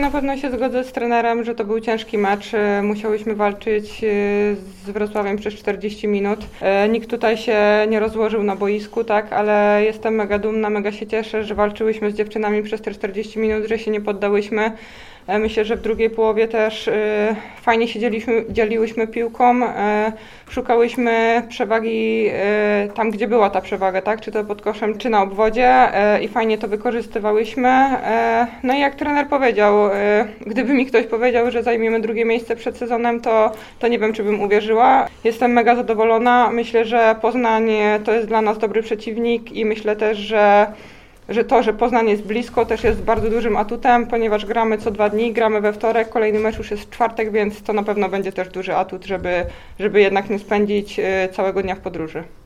Na pewno się zgodzę z trenerem, że to był ciężki mecz. Musiałyśmy walczyć z Wrocławiem przez 40 minut. Nikt tutaj się nie rozłożył na boisku, tak, ale jestem mega dumna, mega się cieszę, że walczyłyśmy z dziewczynami przez te 40 minut, że się nie poddałyśmy. Myślę, że w drugiej połowie też fajnie się dzieliłyśmy piłką, szukałyśmy przewagi tam, gdzie była ta przewaga, tak? Czy to pod koszem, czy na obwodzie i fajnie to wykorzystywałyśmy. No i jak trener powiedział, gdyby mi ktoś powiedział, że zajmiemy drugie miejsce przed sezonem, to nie wiem, czy bym uwierzyła. Jestem mega zadowolona. Myślę, że Poznań to jest dla nas dobry przeciwnik i myślę też, że Poznań jest blisko, też jest bardzo dużym atutem, ponieważ gramy co 2 dni, gramy we wtorek, kolejny mecz już jest w czwartek, więc to na pewno będzie też duży atut, żeby jednak nie spędzić całego dnia w podróży.